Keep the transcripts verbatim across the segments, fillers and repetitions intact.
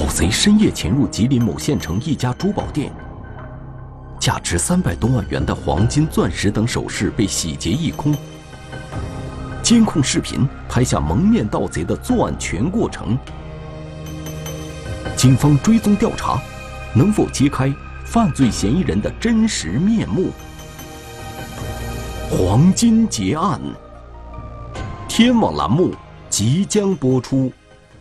贼深夜潜入吉林某县城一家珠宝店，价值三百多万元的黄金、钻石等首饰被洗劫一空。监控视频拍下蒙面盗贼的作案全过程。警方追踪调查，能否揭开犯罪嫌疑人的真实面目？黄金劫案，天网栏目即将播出。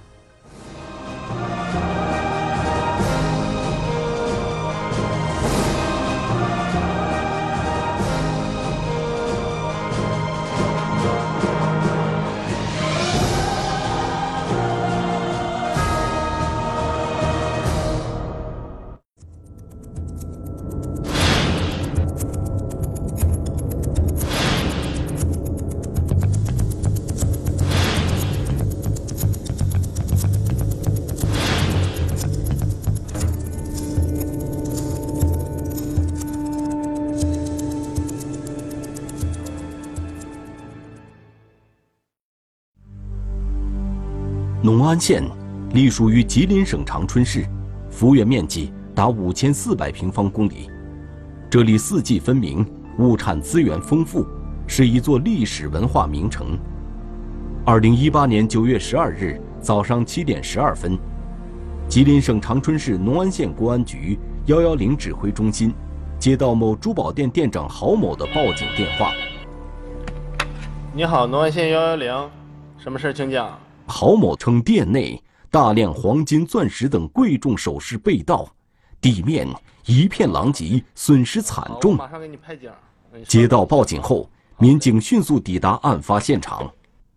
农安县隶属于吉林省长春市，幅员面积达五千四百平方公里。这里四季分明，物产资源丰富，是一座历史文化名城。二零一八年九月十二日早上七点十二分，吉林省长春市农安县公安局幺幺零指挥中心接到某珠宝店店长郝某的报警电话。 你好，农安县幺幺零，什么事请讲。 郝某称，店内大量黄金、钻石等贵重首饰被盗，地面一片狼藉，损失惨重。 马上给你拍景。 接到报警后，民警迅速抵达案发现场。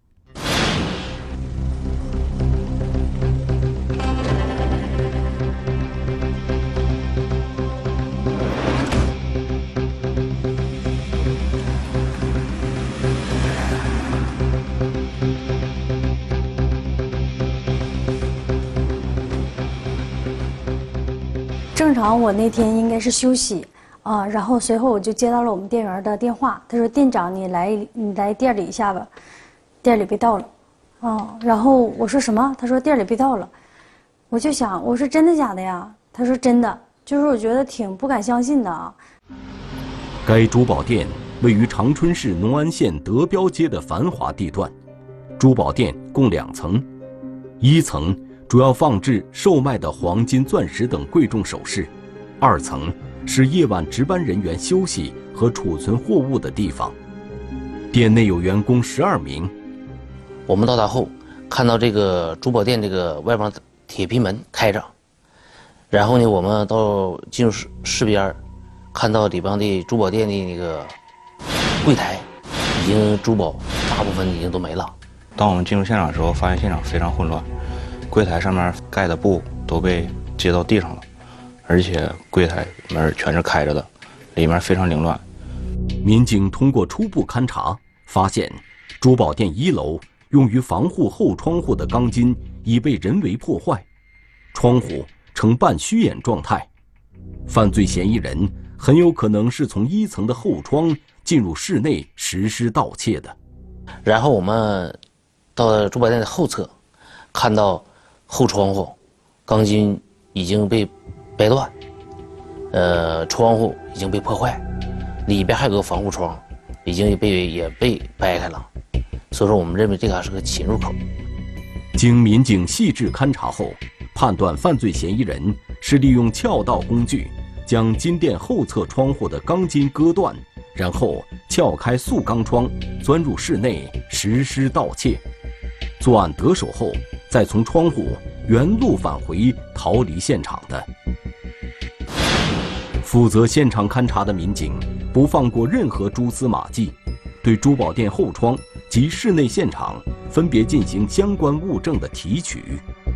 正常我那天应该是休息啊，然后随后我就接到了我们店员的电话，他说店长你来你来店里一下吧，店里被盗了，啊，然后我说什么？他说店里被盗了，我就想我说真的假的呀？他说真的，就是我觉得挺不敢相信的啊。 该珠宝店位于长春市农安县德标街的繁华地段，珠宝店共两层，一层主要放置售卖的黄金、钻石等贵重首饰，二层是夜晚值班人员休息和储存货物的地方。店内有员工十二名。 我们到达后，看到这个珠宝店这个外边铁皮门开着，然后呢，我们到进入室室边，看到里边的珠宝店的那个柜台，已经珠宝大部分已经都没了。 当我们进入现场的时候，发现现场非常混乱。柜台上面盖的布都被接到地上了，而且柜台门全是开着的，里面非常凌乱。 民警通过初步勘查，发现珠宝店一楼用于防护后窗户的钢筋已被人为破坏，窗户呈半虚掩状态。犯罪嫌疑人很有可能是从一层的后窗进入室内实施盗窃的。 然后我们到了珠宝店的后侧，看到后窗户钢筋已经被掰断，呃，窗户已经被破坏，里边还有个防护窗，已经被也被掰开了，所以说我们认为这个是个侵入口。 经民警细致勘查后，判断犯罪嫌疑人是利用撬盗工具将金店后侧窗户的钢筋割断，然后撬开塑钢窗，钻入室内实施盗窃。作案得手后，再从窗户原路返回，逃离现场的。负责现场勘查的民警不放过任何蛛丝马迹，对珠宝店后窗及室内现场分别进行相关物证的提取。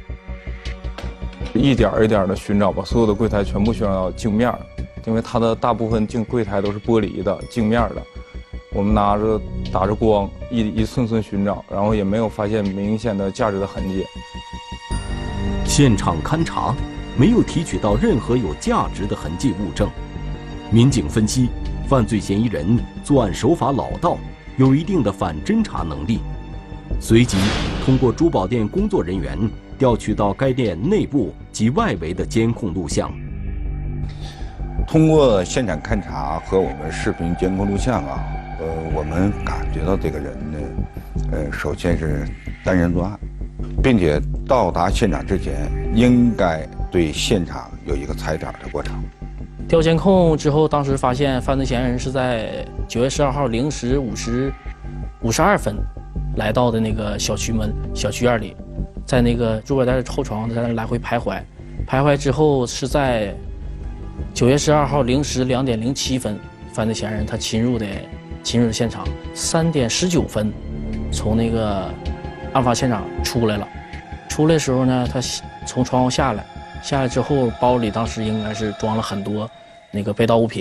一点一点的寻找，把所有的柜台全部寻找到镜面，因为它的大部分镜柜台都是玻璃的、镜面的。我们拿着打着光，一一寸寸寻找，然后也没有发现明显的价值的痕迹。 现场勘查没有提取到任何有价值的痕迹物证。民警分析，犯罪嫌疑人作案手法老道，有一定的反侦查能力。随即通过珠宝店工作人员调取到该店内部及外围的监控录像。 通过现场勘查和我们视频监控录像啊，呃，我们感觉到这个人呢，呃，首先是单人作案，并且到达现场之前应该对现场有一个踩点的过程。 调监控之后，当时发现犯罪嫌疑人是在九月十二号零时五十五十二分来到的那个小区门小区院里，在那个珠宝店的后窗在那来回徘徊，徘徊之后是在九月十二号零时两点零七分，犯罪嫌疑人他侵入的侵入的现场，三点十九分从那个案发现场出来了，出来的时候呢，他从窗户下来。下来之后，包里当时应该是装了很多那个被盗物品。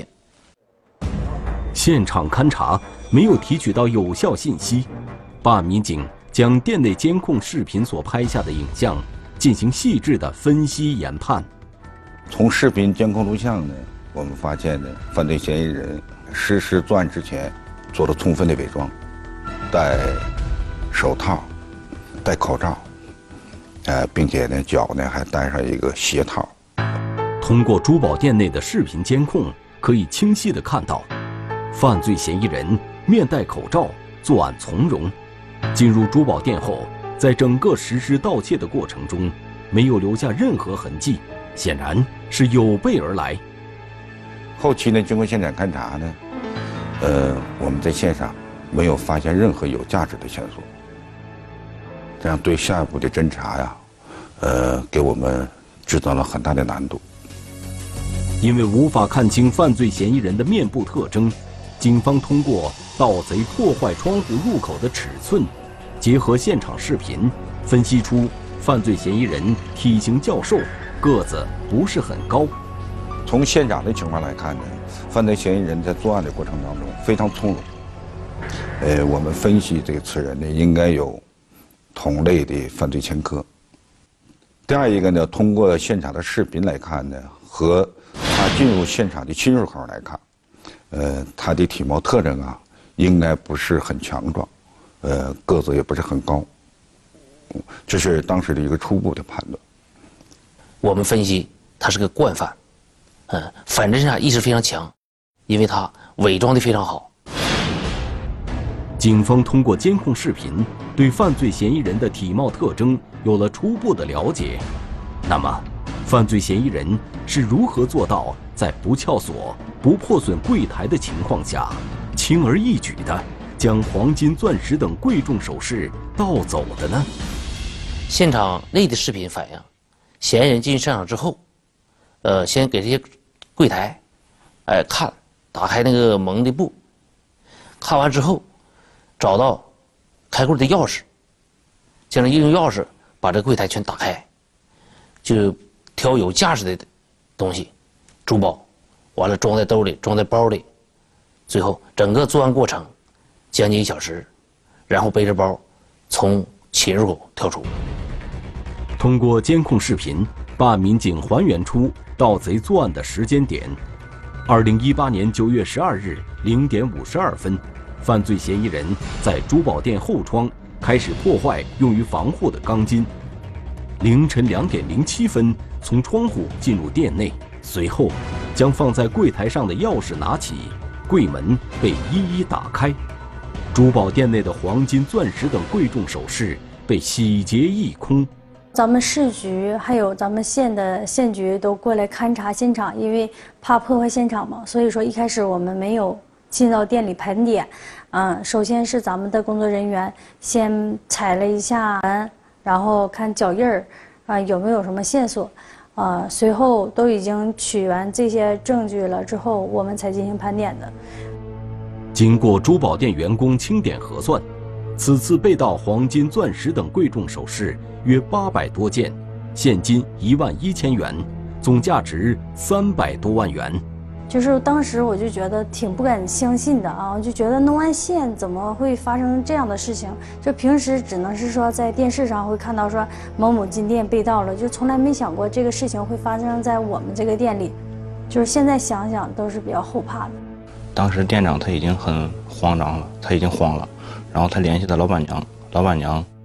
现场勘查没有提取到有效信息，办案民警将店内监控视频所拍下的影像进行细致的分析研判。 从视频监控录像呢，我们发现呢，犯罪嫌疑人实施作案之前做了充分的伪装，戴手套，戴口罩。呃，并且呢，脚呢还戴上一个鞋套。 通过珠宝店内的视频监控，可以清晰地看到，犯罪嫌疑人面戴口罩，作案从容。进入珠宝店后，在整个实施盗窃的过程中，没有留下任何痕迹，显然是有备而来。 后期呢，经过现场勘查呢，呃，我们在线上没有发现任何有价值的线索。这样对下一步的侦查呀，呃，给我们制造了很大的难度。 因为无法看清犯罪嫌疑人的面部特征，警方通过盗贼破坏窗户入口的尺寸，结合现场视频，分析出犯罪嫌疑人体型较瘦，个子不是很高。 从现场的情况来看呢，犯罪嫌疑人在作案的过程当中非常从容。呃，我们分析这个此人呢，应该有同类的犯罪前科。第二一个呢，通过现场的视频来看呢，和他进入现场的侵入口来看，呃，他的体貌特征啊，应该不是很强壮，呃，个子也不是很高，这是当时的一个初步的判断。 我们分析他是个惯犯，嗯，反侦查意识非常强，因为他伪装的非常好。 警方通过监控视频对犯罪嫌疑人的体貌特征有了初步的了解。那么，犯罪嫌疑人是如何做到在不撬锁、不破损柜台的情况下，轻而易举地将黄金、钻石等贵重首饰盗走的呢？ 现场内的视频反映，嫌疑人进现场之后，呃，先给这些柜台，哎看，打开那个蒙的布，看完之后。找到开柜的钥匙，将这用钥匙把这柜台全打开，就挑有价值的东西，珠宝，完了装在兜里，装在包里，最后整个作案过程将近一小时，然后背着包从起入口跳出。 通过监控视频，办案民警还原出盗贼作案的时间点：二零一八年九月十二日零点五十二分。犯罪嫌疑人在珠宝店后窗开始破坏用于防护的钢筋。凌晨两点零七分，从窗户进入店内，随后将放在柜台上的钥匙拿起，柜门被一一打开，珠宝店内的黄金、钻石等贵重首饰被洗劫一空。 咱们市局还有咱们县的县局都过来勘察现场，因为怕破坏现场嘛，所以说一开始我们没有进到店里盘点。嗯，首先是咱们的工作人员先踩了一下门，然后看脚印儿，啊有没有什么线索，呃，随后都已经取完这些证据了之后，我们才进行盘点的。 经过珠宝店员工清点核算，此次被盗黄金、钻石等贵重首饰约八百多件，现金一万一千元，总价值三百多万元。 就是当时我就觉得挺不敢相信的啊，我就觉得农安县怎么会发生这样的事情？就平时只能是说在电视上会看到说某某金店被盗了，就从来没想过这个事情会发生在我们这个店里。就是现在想想都是比较后怕的。 当时店长他已经很慌张了，他已经慌了，然后他联系了老板娘，老板娘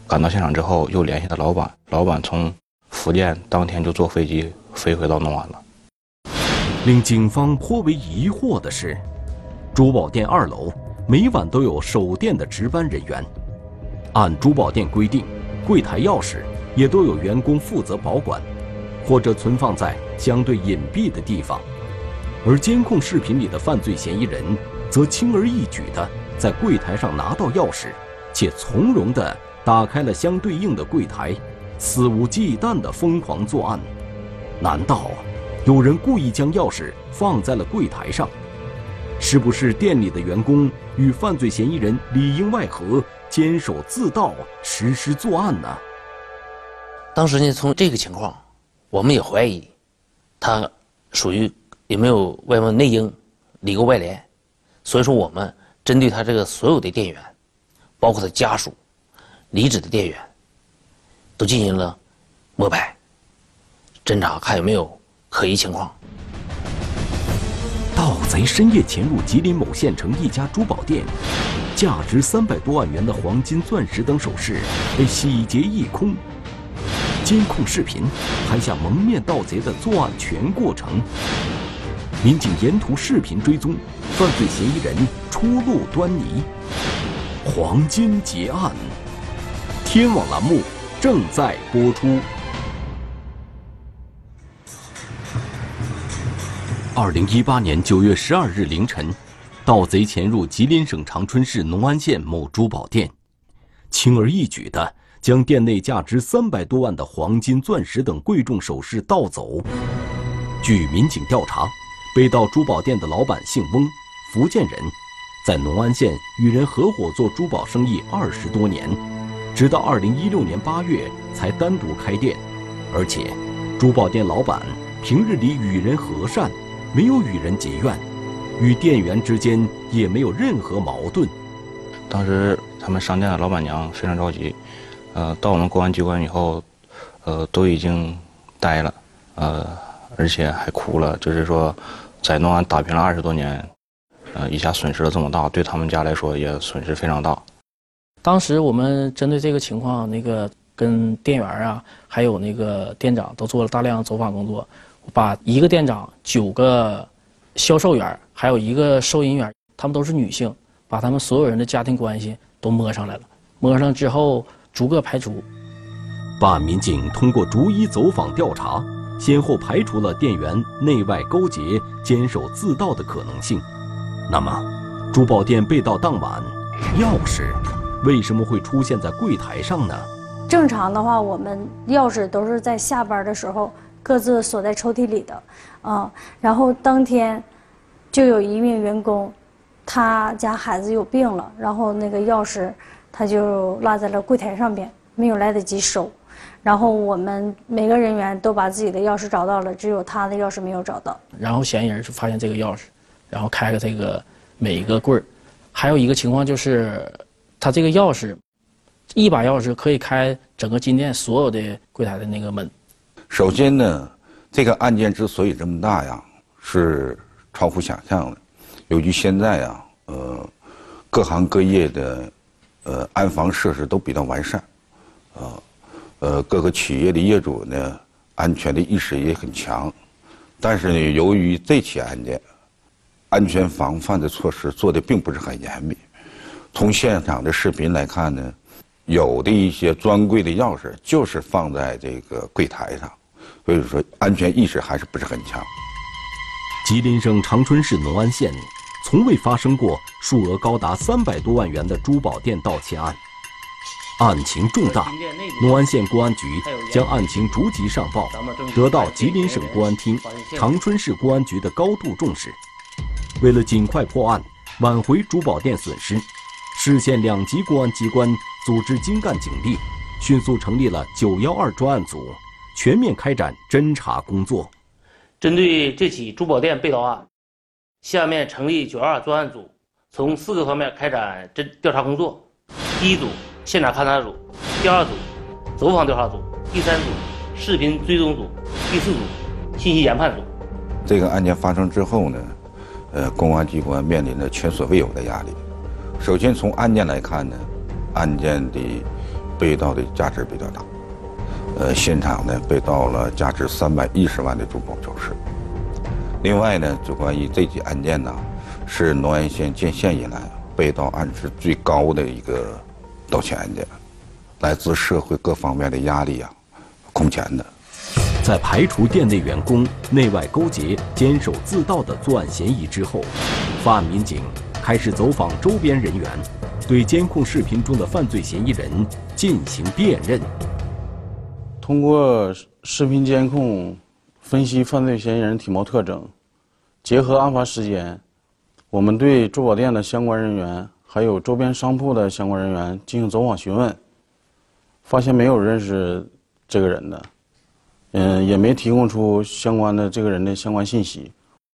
赶到现场之后，又联系了老板，老板从福建当天就坐飞机飞回到农安了。 令警方颇为疑惑的是，珠宝店二楼每晚都有守店的值班人员，按珠宝店规定，柜台钥匙也都有员工负责保管，或者存放在相对隐蔽的地方。而监控视频里的犯罪嫌疑人，则轻而易举地在柜台上拿到钥匙，且从容地打开了相对应的柜台，肆无忌惮地疯狂作案。难道有人故意将钥匙放在了柜台上？是不是店里的员工与犯罪嫌疑人里应外合，监守自盗，实施作案呢？ 当时呢，从这个情况，我们也怀疑他属于有没有外蒙内应、里勾外连，所以说我们针对他这个所有的店员，包括他家属、离职的店员，都进行了摸排、侦查，看有没有可疑情况。 盗贼深夜潜入吉林某县城一家珠宝店，价值三百多万元的黄金、钻石等首饰被洗劫一空。监控视频拍下蒙面盗贼的作案全过程。民警沿途视频追踪犯罪嫌疑人出露端倪。黄金劫案，天网栏目正在播出。二零一八年九月十二日凌晨，盗贼潜入吉林省长春市农安县某珠宝店，轻而易举地将店内价值三百多万的黄金、钻石等贵重首饰盗走。据民警调查，被盗珠宝店的老板姓翁，福建人，在农安县与人合伙做珠宝生意二十多年，直到二零一六年八月才单独开店，而且珠宝店老板平日里与人和善，没有与人结怨，与店员之间也没有任何矛盾。 当时他们商店的老板娘非常着急，呃，到我们公安机关以后，呃，都已经呆了，呃，而且还哭了，就是说，在农安打拼了二十多年，呃，一下损失了这么大，对他们家来说也损失非常大。 当时我们针对这个情况，那个跟店员啊，还有那个店长都做了大量走访工作，把一个店长、九个销售员，还有一个收银员，他们都是女性，把他们所有人的家庭关系都摸上来了。摸上之后，逐个排除。 办案民警通过逐一走访调查，先后排除了店员内外勾结、监守自盗的可能性。那么，珠宝店被盗当晚，钥匙为什么会出现在柜台上呢？ 正常的话，我们钥匙都是在下班的时候各自锁在抽屉里的，啊，然后当天就有一名员工，他家孩子有病了，然后那个钥匙他就落在了柜台上边，没有来得及收。然后我们每个人员都把自己的钥匙找到了，只有他的钥匙没有找到。 然后嫌疑人就发现这个钥匙，然后开了这个每一个柜儿。还有一个情况就是，他这个钥匙，一把钥匙可以开整个金店所有的柜台的那个门。 首先呢，这个案件之所以这么大呀，是超乎想象的。由于现在啊，呃，各行各业的呃安防设施都比较完善，啊，呃，各个企业的业主呢，安全的意识也很强，但是呢，由于这起案件，安全防范的措施做的并不是很严密。从现场的视频来看呢，有的一些专柜的钥匙就是放在这个柜台上，所以说安全意识还是不是很强。 吉林省长春市农安县从未发生过数额高达三百多万元的珠宝店盗窃案，案情重大。农安县公安局将案情逐级上报，得到吉林省公安厅、长春市公安局的高度重视。为了尽快破案，挽回珠宝店损失，市县两级公安机关组织精干警力，迅速成立了九一二专案组，全面开展侦查工作。 针对这起珠宝店被盗案，下面成立九一二专案组，从四个方面开展侦调查工作。第一组现场勘查组，第二组走访调查组，第三组视频追踪组，第四组信息研判组。 这个案件发生之后呢，呃，公安机关面临着前所未有的压力。首先从案件来看呢，案件的被盗的价值比较大。呃，现场呢被盗了价值三百一十万的珠宝首饰。另外呢，就关于这起案件呢，是农安县建县以来被盗案值最高的一个盗窃案件，来自社会各方面的压力啊，空前的。 在排除店内员工内外勾结、监守自盗的作案嫌疑之后，发案民警开始走访周边人员，对监控视频中的犯罪嫌疑人进行辨认。 通过视频监控分析犯罪嫌疑人体貌特征，结合案发时间，我们对珠宝店的相关人员还有周边商铺的相关人员进行走访询问，发现没有认识这个人的，嗯，也没提供出相关的这个人的相关信息。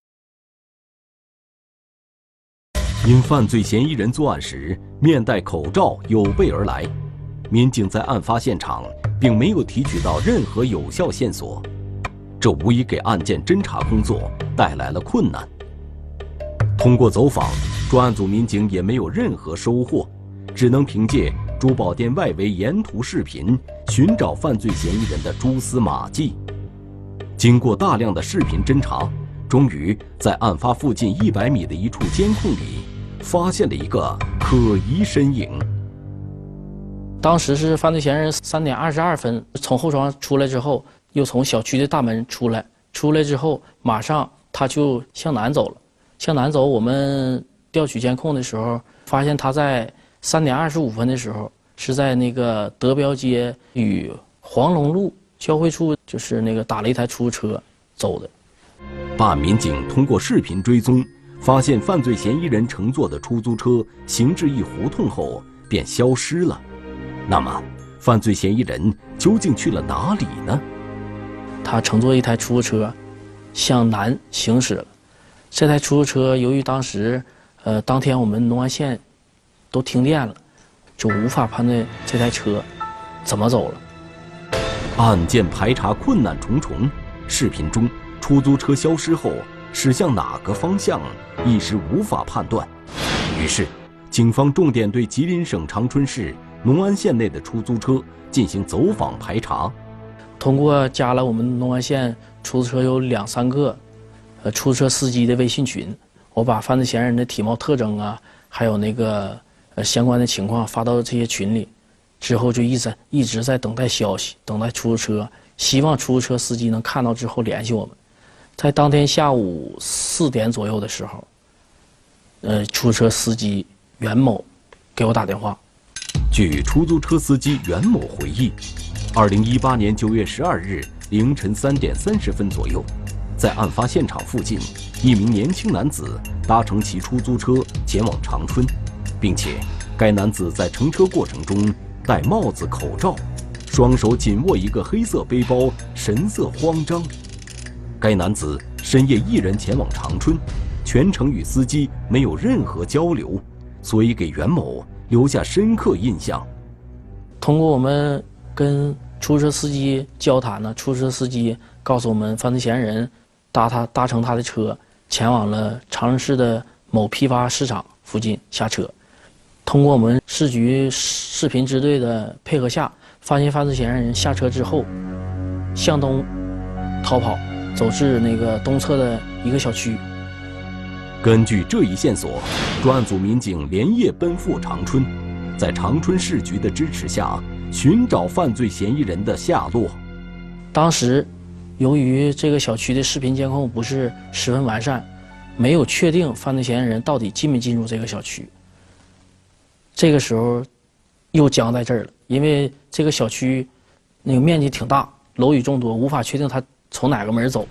因犯罪嫌疑人作案时面戴口罩有备而来，民警在案发现场并没有提取到任何有效线索，这无疑给案件侦查工作带来了困难。通过走访，专案组民警也没有任何收获，只能凭借珠宝店外围沿途视频寻找犯罪嫌疑人的蛛丝马迹。经过大量的视频侦查，终于在案发附近一百米的一处监控里发现了一个可疑身影。 当时是犯罪嫌疑人三点二十二分从后窗出来之后，又从小区的大门出来，出来之后马上他就向南走了。向南走，我们调取监控的时候，发现他在三点二十五分的时候是在那个德标街与黄龙路交汇处，就是那个打了一台出租车走的。 办案民警通过视频追踪，发现犯罪嫌疑人乘坐的出租车行至一胡同后便消失了。那么，犯罪嫌疑人究竟去了哪里呢？ 他乘坐一台出租车向南行驶了。这台出租车由于当时，呃，当天我们农安县都停电了，就无法判断这台车怎么走了。 案件排查困难重重，视频中出租车消失后驶向哪个方向，一时无法判断。于是，警方重点对吉林省长春市农安县内的出租车进行走访排查。 通过加了我们农安县出租车有两三个，呃，出租车司机的微信群，我把犯罪嫌疑人的体貌特征啊，还有那个呃相关的情况发到这些群里，之后就一直一直在等待消息，等待出租车，希望出租车司机能看到之后联系我们。在当天下午四点左右的时候，呃，出租车司机袁某给我打电话。 据出租车司机袁某回忆，二零一八年九月十二日凌晨三点三十分左右，在案发现场附近，一名年轻男子搭乘其出租车前往长春，并且该男子在乘车过程中戴帽子、口罩，双手紧握一个黑色背包，神色慌张。该男子深夜一人前往长春，全程与司机没有任何交流，所以给袁某留下深刻印象。 通过我们跟出租车司机交谈呢，出租车司机告诉我们，犯罪嫌疑人搭他搭乘他的车前往了长春市的某批发市场附近下车。通过我们市局视频支队的配合下，发现犯罪嫌疑人下车之后向东逃跑，走至那个东侧的一个小区。 根据这一线索，专案组民警连夜奔赴长春，在长春市局的支持下寻找犯罪嫌疑人的下落。 当时由于这个小区的视频监控不是十分完善，没有确定犯罪嫌疑人到底进没进入这个小区。这个时候又僵在这儿了，因为这个小区那个面积挺大，楼宇众多，无法确定他从哪个门走。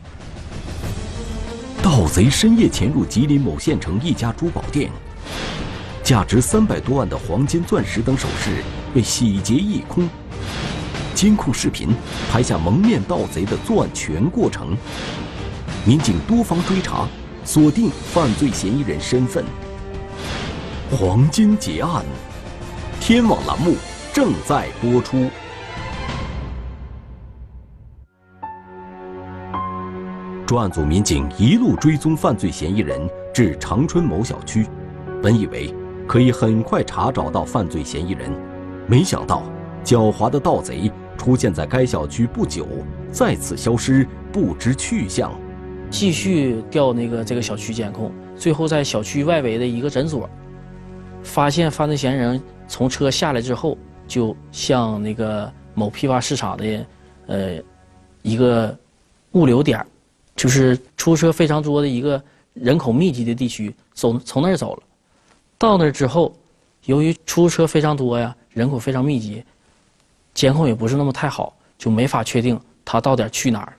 盗贼深夜潜入吉林某县城一家珠宝店，价值三百多万的黄金、钻石等首饰被洗劫一空。监控视频拍下蒙面盗贼的作案全过程，民警多方追查，锁定犯罪嫌疑人身份。黄金劫案，天网栏目正在播出。专案组民警一路追踪犯罪嫌疑人至长春某小区，本以为可以很快查找到犯罪嫌疑人，没想到狡猾的盗贼出现在该小区不久，再次消失，不知去向。 继续调那个这个小区监控，最后在小区外围的一个诊所，发现犯罪嫌疑人从车下来之后，就向那个某批发市场的呃一个物流点，就是出租车非常多的一个人口密集的地区，走从那儿走了。到那儿之后，由于出租车非常多呀，人口非常密集，监控也不是那么太好，就没法确定他到底去哪儿。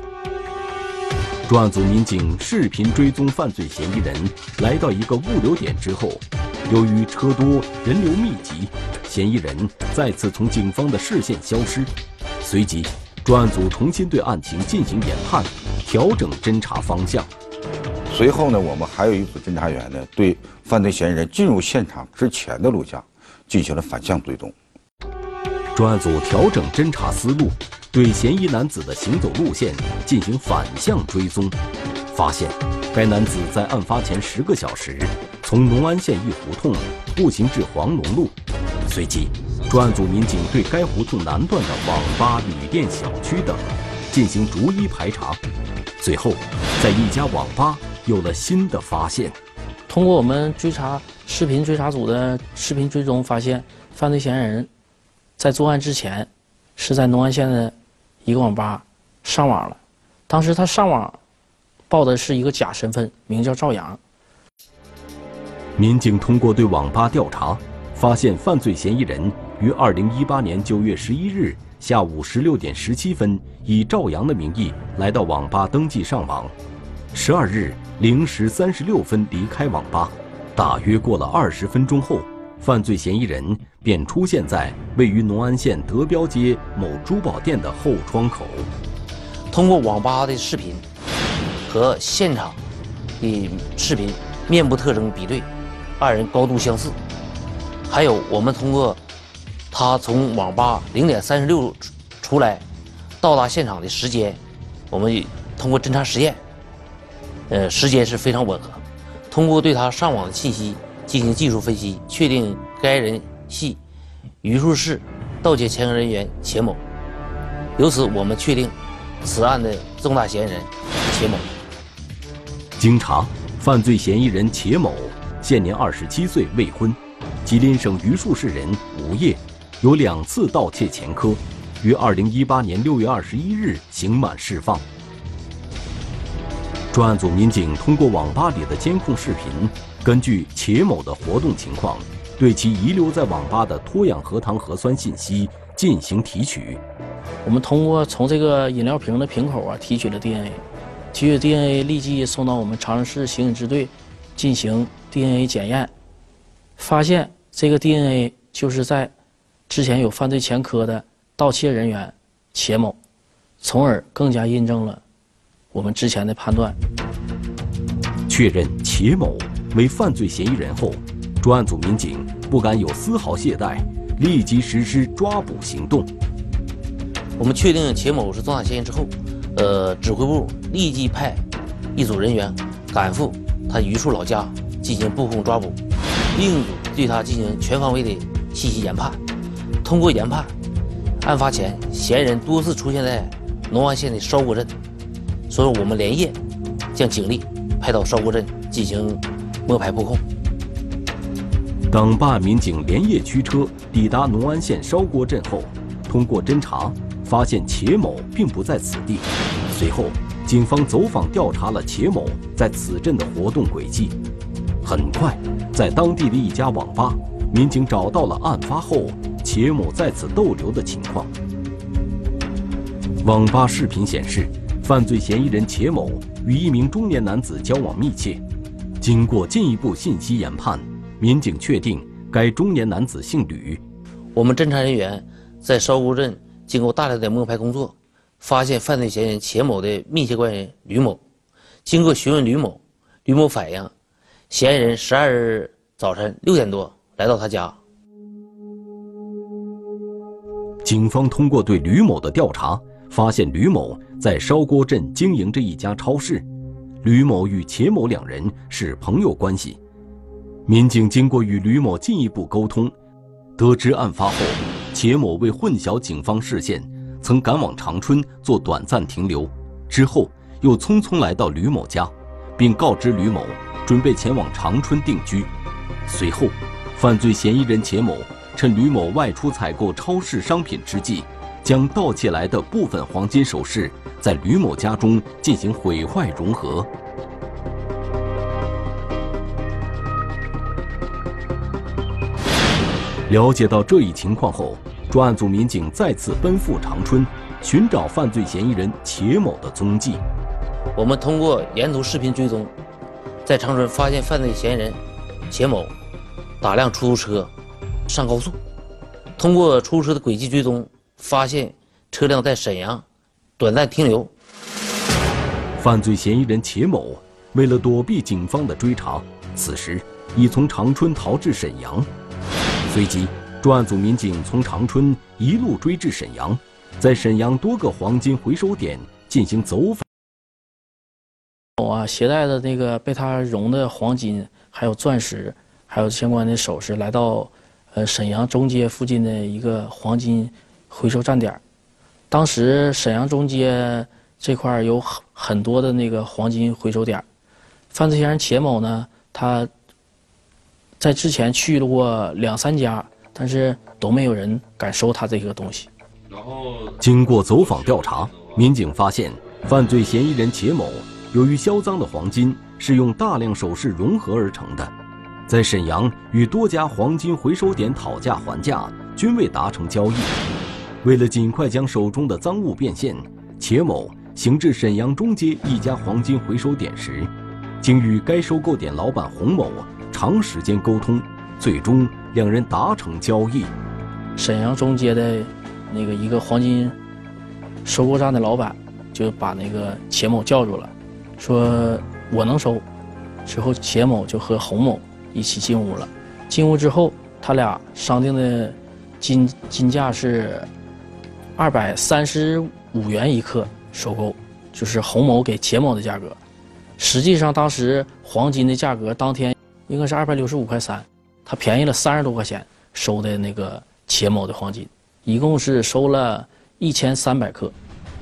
专案组民警视频追踪犯罪嫌疑人，来到一个物流点之后，由于车多人流密集，嫌疑人再次从警方的视线消失。随即，专案组重新对案情进行研判，调整侦查方向。 随后呢，我们还有一组侦查员呢，对犯罪嫌疑人进入现场之前的录像进行了反向追踪。 专案组调整侦查思路，对嫌疑男子的行走路线进行反向追踪，发现该男子在案发前十个小时从农安县一胡同步行至黄龙路。随即，专案组民警对该胡同南段的网吧、旅店、小区等进行逐一排查，最后在一家网吧有了新的发现。 通过我们追查视频追查组的视频追踪，发现犯罪嫌疑人在作案之前是在农安县的一个网吧上网了。当时他上网报的是一个假身份，名叫赵阳。 民警通过对网吧调查，发现犯罪嫌疑人于二零一八年九月十一日下午十六点十七分以赵阳的名义来到网吧登记上网，十二日零时三十六分离开网吧。大约过了二十分钟后，犯罪嫌疑人便出现在位于农安县德标街某珠宝店的后窗口。 通过网吧的视频和现场的视频面部特征比对，二人高度相似。还有我们通过他从网吧零点三十六出来到达现场的时间，我们通过侦查实验，呃，时间是非常吻合。通过对他上网的信息进行技术分析，确定该人系榆树市盗窃前科人员钱某。由此，我们确定此案的重大嫌疑人钱某。 经查，犯罪嫌疑人钱某现年二十七岁，未婚，吉林省榆树市人，无业，有两次盗窃前科，于二零一八年六月二十一日刑满释放。专案组民警通过网吧里的监控视频，根据钱某的活动情况，对其遗留在网吧的脱氧核糖核酸信息进行提取。 我们通过从这个饮料瓶的瓶口啊提取了 D N A， 提取 D N A 立即送到我们长春市刑警支队进行 D N A 检验，发现这个 D N A 就是在之前有犯罪前科的盗窃人员钱某，从而更加印证了我们之前的判断。 确认钱某为犯罪嫌疑人后，专案组民警不敢有丝毫懈怠，立即实施抓捕行动。 我们确定钱某是重大嫌疑人之后，呃，指挥部立即派一组人员赶赴他榆树老家进行布控抓捕，另一组对他进行全方位的信息研判。通过研判，案发前嫌疑人多次出现在农安县的烧锅镇，所以我们连夜将警力派到烧锅镇进行摸排布控。 等办案民警连夜驱车抵达农安县烧锅镇后，通过侦查发现钱某并不在此地。随后，警方走访调查了钱某在此镇的活动轨迹。很快，在当地的一家网吧，民警找到了案发后钱某在此逗留的情况。网吧视频显示，犯罪嫌疑人钱某与一名中年男子交往密切。经过进一步信息研判，民警确定该中年男子姓吕。 我们侦查人员在烧锅镇经过大量的摸排工作，发现犯罪嫌疑人钱某的密切关系人吕某。经过询问吕某，吕某反映，嫌疑人十二日早晨六点多来到他家。 警方通过对吕某的调查，发现吕某在烧锅镇经营着一家超市，吕某与钱某两人是朋友关系。民警经过与吕某进一步沟通，得知案发后， 钱某为混淆警方视线，曾赶往长春做短暂停留，之后又匆匆来到吕某家，并告知吕某准备前往长春定居。随后，犯罪嫌疑人钱某趁吕某外出采购超市商品之际，将盗窃来的部分黄金首饰在吕某家中进行毁坏融合。了解到这一情况后，专案组民警再次奔赴长春，寻找犯罪嫌疑人钱某的踪迹。 我们通过沿途视频追踪，在长春发现犯罪嫌疑人钱某打辆出租车上高速，通过出租车的轨迹追踪，发现车辆在沈阳短暂停留。 犯罪嫌疑人钱某为了躲避警方的追查，此时已从长春逃至沈阳。随即，专案组民警从长春一路追至沈阳，在沈阳多个黄金回收点进行走访。 啊，携带的那个被他融的黄金，还有钻石，还有相关的首饰，来到呃沈阳中街附近的一个黄金回收站点。当时沈阳中街这块有很很多的那个黄金回收点，犯罪嫌疑人钱某呢，他在之前去了过两三家，但是都没有人敢收他这个东西。 然后，经过走访调查，民警发现，犯罪嫌疑人钱某由于销赃的黄金是用大量首饰融合而成的，在沈阳与多家黄金回收点讨价还价，均未达成交易。为了尽快将手中的赃物变现，钱某行至沈阳中街一家黄金回收点时，经与该收购点老板洪某长时间沟通，最终两人达成交易。 沈阳中街的那个一个黄金收购站的老板就把那个钱某叫住了，说我能收。之后钱某就和洪某一起进屋了。进屋之后，他俩商定的金金价是二百三十五元一克收购，就是洪某给钱某的价格。实际上当时黄金的价格当天应该是二百六十五块三，他便宜了三十多块钱收的那个钱某的黄金，一共是收了一千三百克。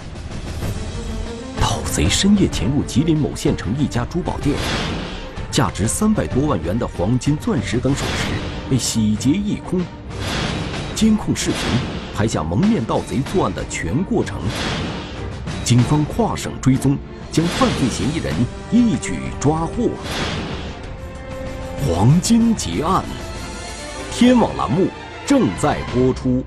盗贼深夜潜入吉林某县城一家珠宝店，价值三百多万元的黄金、钻石等首饰被洗劫一空。监控视频拍下蒙面盗贼作案的全过程。警方跨省追踪，将犯罪嫌疑人一举抓获。黄金劫案，天网栏目正在播出。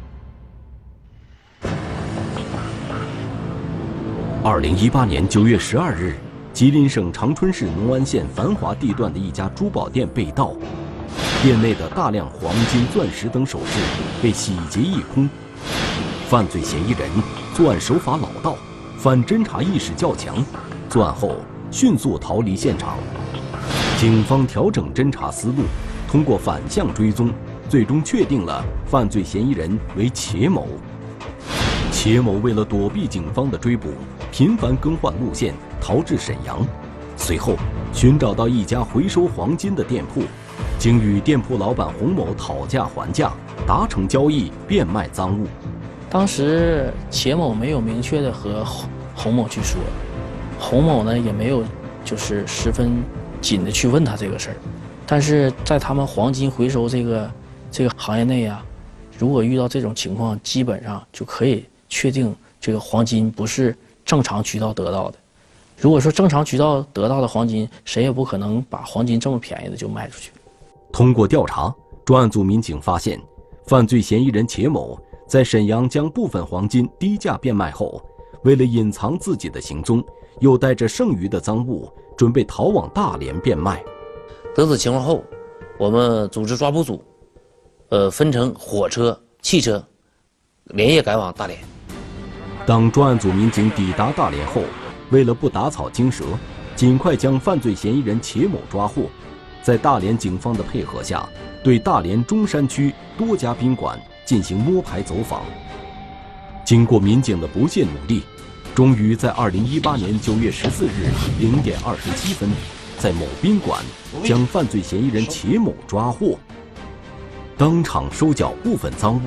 二零一八年九月十二日，吉林省长春市农安县繁华地段的一家珠宝店被盗，店内的大量黄金、钻石等首饰被洗劫一空。犯罪嫌疑人作案手法老道，反侦查意识较强，作案后迅速逃离现场。警方调整侦查思路，通过反向追踪，最终确定了犯罪嫌疑人为钱某。钱某为了躲避警方的追捕，频繁更换路线，逃至沈阳。随后寻找到一家回收黄金的店铺，经与店铺老板洪某讨价还价，达成交易，变卖赃物。 当时钱某没有明确的和洪某去说，洪某呢也没有就是十分紧的去问他这个事儿。但是在他们黄金回收这个这个行业内啊，如果遇到这种情况，基本上就可以确定这个黄金不是正常渠道得到的。如果说正常渠道得到的黄金，谁也不可能把黄金这么便宜的就卖出去。 通过调查，专案组民警发现，犯罪嫌疑人钱某在沈阳将部分黄金低价变卖后，为了隐藏自己的行踪，又带着剩余的赃物准备逃往大连变卖。 得知情况后，我们组织抓捕组，呃，分成火车、汽车，连夜赶往大连。 当专案组民警抵达大连后，为了不打草惊蛇，尽快将犯罪嫌疑人钱某抓获，在大连警方的配合下，对大连中山区多家宾馆进行摸排走访。经过民警的不懈努力，终于在二零一八年九月十四日零点二十七分，在某宾馆将犯罪嫌疑人钱某抓获。当场收缴部分赃物，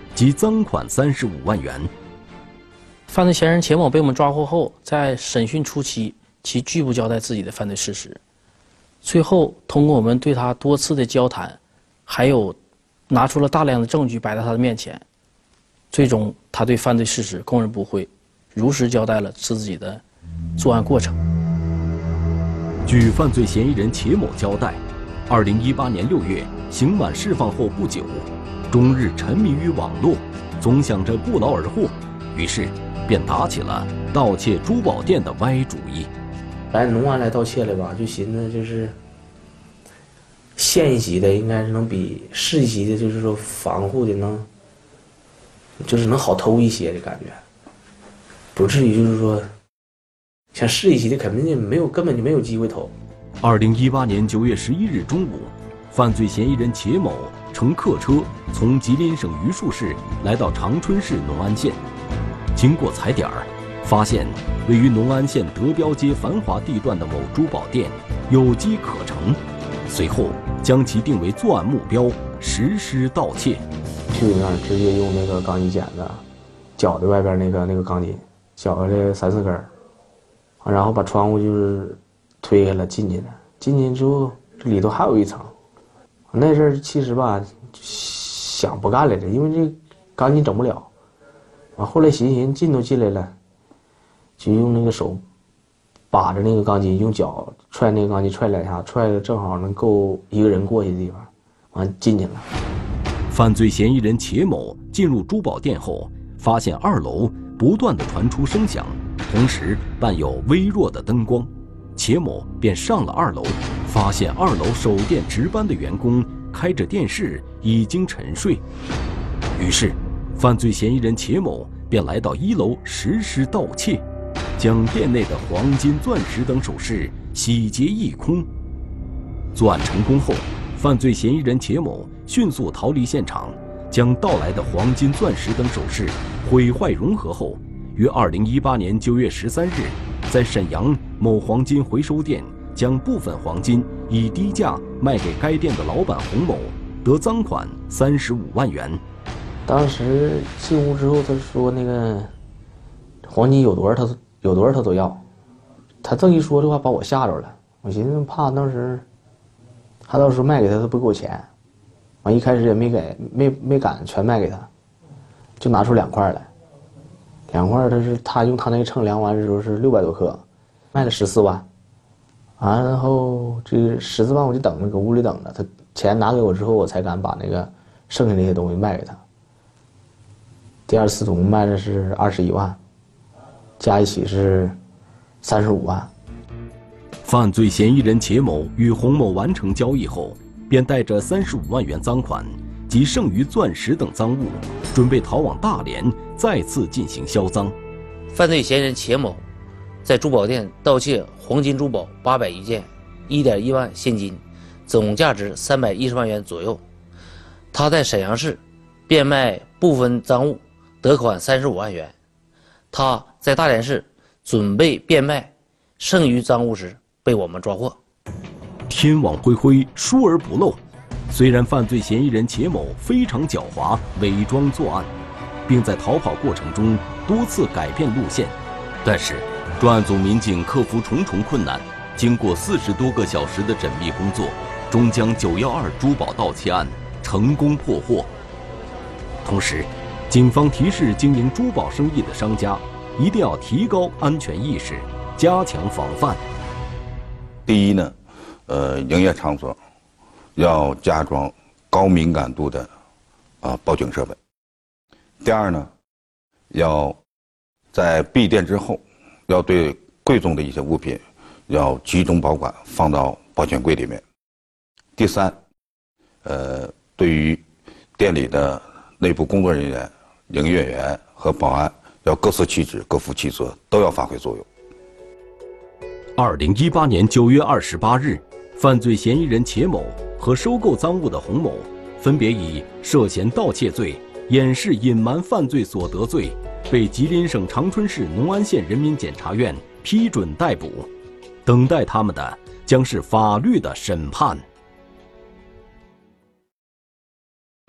及赃款三十五万元。 犯罪嫌疑人钱某被我们抓获后，在审讯初期，其拒不交代自己的犯罪事实。最后，通过我们对他多次的交谈，还有拿出了大量的证据摆在他的面前，最终他对犯罪事实供认不讳，如实交代了自己的作案过程。 据犯罪嫌疑人钱某交代，二零一八年六月刑满释放后不久，终日沉迷于网络，总想着不劳而获，于是便打起了盗窃珠宝店的歪主意。 来农安来盗窃来吧，就寻思就是县一级的应该是能比市一级的，就是说防护的能，就是能好偷一些的感觉，不至于就是说像市一级的肯定没有根本就没有机会偷。 二零一八年九月十一日中午，犯罪嫌疑人钱某乘客车从吉林省榆树市来到长春市农安县，经过踩点儿，发现位于农安县德标街繁华地段的某珠宝店有机可乘，随后将其定为作案目标，实施盗窃。 去那儿直接用那个钢筋剪子绞的外边那个那个钢筋，绞下来三四根，然后把窗户就是推开了进去了。进去之后，这里头还有一层。那阵儿其实吧，想不干来着，因为这钢筋整不了。完后来寻寻劲都进来了，就用那个手把着那个钢筋，用脚踹那个钢筋踹两下，踹的正好能够一个人过去的地方，完进去了。 犯罪嫌疑人钱某进入珠宝店后，发现二楼不断的传出声响，同时伴有微弱的灯光。钱某便上了二楼，发现二楼守店值班的员工开着电视，已经沉睡。于是，犯罪嫌疑人钱某便来到一楼实施盗窃，将店内的黄金、钻石等首饰洗劫一空。作案成功后，犯罪嫌疑人钱某迅速逃离现场，将盗来的黄金、钻石等首饰毁坏融合后，于二零一八年九月十三日，在沈阳某黄金回收店将部分黄金以低价卖给该店的老板洪某，得赃款三十五万元。 当时进屋之后，他说那个黄金有多少他有多少他都要。他这一说这话把我吓着了，我寻思怕当时他到时候卖给他他不给我钱，完一开始也没给没没敢全卖给他，就拿出两块来。两块他是他用他那个秤量完的时候是六百多克，卖了十四万，完然后这个十四万我就等着搁屋里等着，他钱拿给我之后我才敢把那个剩下那些东西卖给他。第二次总共卖的是二十一万，加一起是三十五万。 犯罪嫌疑人钱某与洪某完成交易后，便带着三十五万元赃款及剩余钻石等赃物，准备逃往大连，再次进行销赃。 犯罪嫌疑人钱某在珠宝店盗窃黄金珠宝八百余件，一点一万现金，总价值三百一十万元左右。他在沈阳市变卖部分赃物，得款三十五万元。他在大连市准备变卖剩余赃物时，被我们抓获。 天网恢恢，疏而不漏。虽然犯罪嫌疑人钱某非常狡猾，伪装作案，并在逃跑过程中多次改变路线，但是专案组民警克服重重困难，经过四十多个小时的缜密工作，终将九一二珠宝盗窃案成功破获。同时，警方提示经营珠宝生意的商家，一定要提高安全意识，加强防范。 第一呢，呃，营业场所要加装高敏感度的啊、呃、报警设备。第二呢，要在闭店之后，要对贵重的一些物品要集中保管，放到保险柜里面。第三，呃，对于店里的内部工作人员、营业员和保安，要各司其职、各负其责，都要发挥作用。 二零一八年九月二十八日，犯罪嫌疑人钱某和收购赃物的洪某，分别以涉嫌盗窃罪、掩饰隐瞒犯罪所得罪，被吉林省长春市农安县人民检察院批准逮捕。等待他们的将是法律的审判。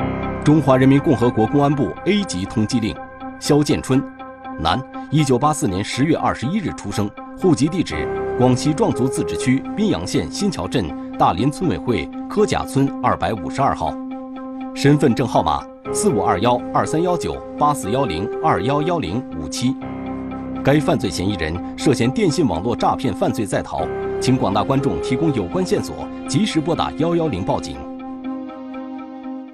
中华人民共和国公安部 A 级通缉令：肖建春，男，一九八四年十月二十一日出生，户籍地址广西壮族自治区宾阳县新桥镇大林村委会柯甲村二百五十二号，身份证号码四五二幺二三幺九八四幺零二幺幺零五七。该犯罪嫌疑人涉嫌电信网络诈骗犯罪在逃，请广大观众提供有关线索，及时拨打幺幺零报警。